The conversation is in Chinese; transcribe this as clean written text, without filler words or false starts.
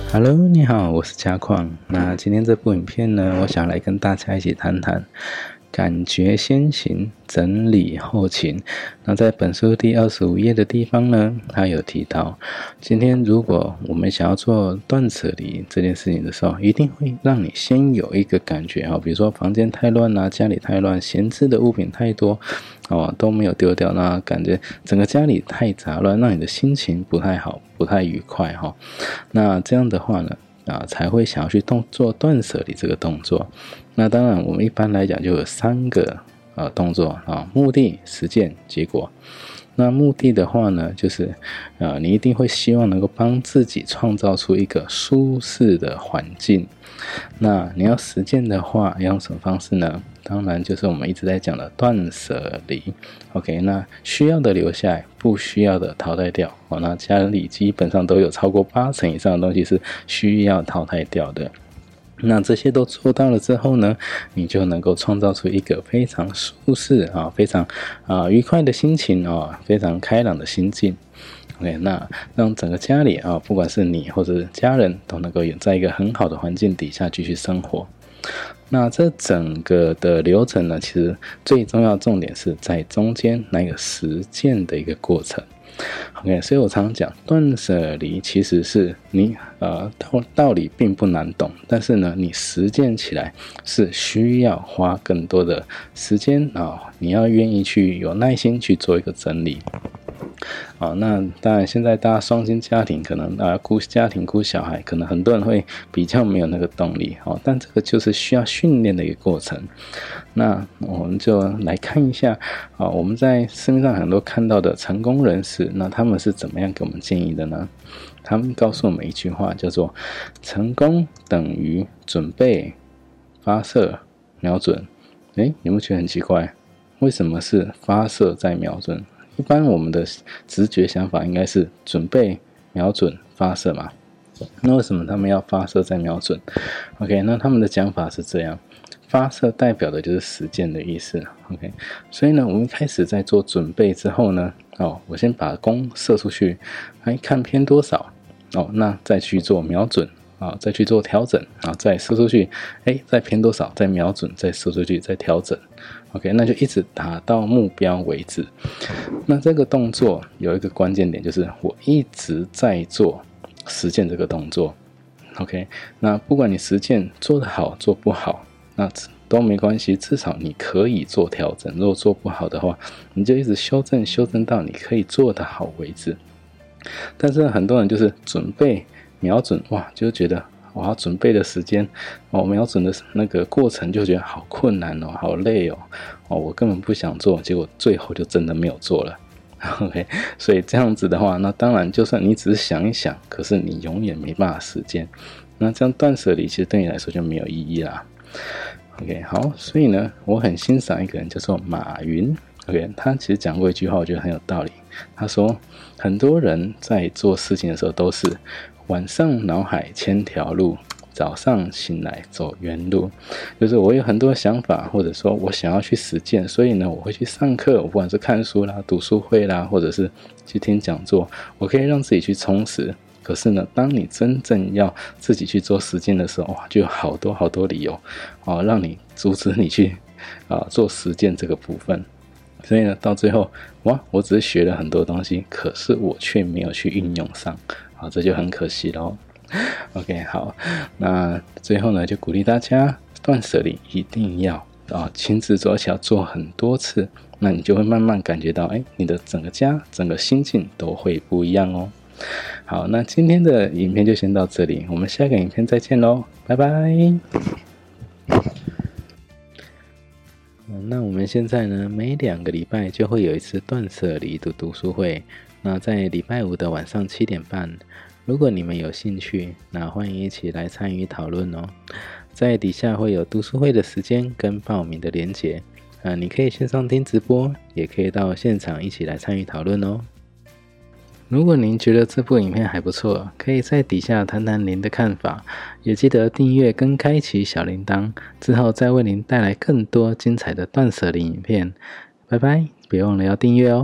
Hello， 你好，我是嘉矿。那今天这部影片呢，我想来跟大家一起谈谈感觉先行，整理后勤。那在本书第25页的地方呢，他有提到，今天如果我们想要做断舍离这件事情的时候，一定会让你先有一个感觉，比如说房间太乱啦，家里太乱，闲置的物品太多，都没有丢掉，那感觉整个家里太杂乱，让你的心情不太好，不太愉快哈。那这样的话呢，才会想要去做断舍离这个动作。那当然，我们一般来讲就有3个动作目的、实践、结果。那目的的话呢，就是你一定会希望能够帮自己创造出一个舒适的环境。那你要实践的话，要用什么方式呢？当然就是我们一直在讲的断舍离。OK， 那需要的留下来，不需要的淘汰掉。那家里基本上都有超过80%以上的东西是需要淘汰掉的。那这些都做到了之后呢，你就能够创造出一个非常舒适非常愉快的心情非常开朗的心境。OK， 那让整个家里不管是你或者家人都能够在一个很好的环境底下继续生活。那这整个的流程呢，其实最重要的重点是在中间那个实践的一个过程。OK， 所以我常常讲，断舍离其实是你道理并不难懂，但是呢，你实践起来是需要花更多的时间你要愿意去有耐心去做一个整理。那当然现在大家双薪家庭可能顾家庭顾小孩，可能很多人会比较没有那个动力但这个就是需要训练的一个过程。那我们就来看一下我们在市面上很多看到的成功人士，那他们是怎么样给我们建议的呢？他们告诉我们一句话，叫做成功等于准备、发射、瞄准。有没有觉得很奇怪？为什么是发射再瞄准？一般我们的直觉想法应该是准备、瞄准、发射嘛。那为什么他们要发射再瞄准？ OK， 那他们的讲法是这样，发射代表的就是实践的意思。 OK， 所以呢，我们开始在做准备之后呢，我先把弓射出去，看偏多少，那再去做瞄准再去做调整再射出去，再偏多少，再瞄准，再射出去，再调整。OK， 那就一直达到目标为止。那这个动作有一个关键点，就是我一直在做实践这个动作。OK， 那不管你实践做得好做不好，那都没关系，至少你可以做调整。如果做不好的话，你就一直修正到你可以做得好为止。但是很多人就是准备瞄准，就觉得我要准备的时间瞄准的那个过程就觉得好困难好累我根本不想做，结果最后就真的没有做了。OK， 所以这样子的话，那当然就算你只是想一想，可是你永远没办法实践，那这样断舍离其实对你来说就没有意义啦。OK， 好，所以呢，我很欣赏一个人叫做马云。OK， 他其实讲过一句话，我觉得很有道理。他说，很多人在做事情的时候都是晚上脑海千条路，早上醒来走原路。就是我有很多想法，或者说我想要去实践，所以呢，我会去上课，不管是看书啦、读书会啦，或者是去听讲座，我可以让自己去充实。可是呢，当你真正要自己去做实践的时候，就有好多理由让你阻止你去做实践这个部分。所以呢，到最后我只是学了很多东西，可是我却没有去运用上这就很可惜咯。OK， 好，那最后呢，就鼓励大家断舍离一定要亲自做，而且要做很多次，那你就会慢慢感觉到你的整个家整个心境都会不一样哦。好，那今天的影片就先到这里，我们下个影片再见咯，拜拜。那我们现在呢，每2个礼拜就会有一次断舍离的读书会，那在礼拜5的晚上7点半，如果你们有兴趣，那欢迎一起来参与讨论哦。在底下会有读书会的时间跟报名的连结，你可以线上听直播，也可以到现场一起来参与讨论哦。如果您觉得这部影片还不错，可以在底下谈谈您的看法，也记得订阅跟开启小铃铛，之后再为您带来更多精彩的断舍离影片。拜拜，别忘了要订阅哦。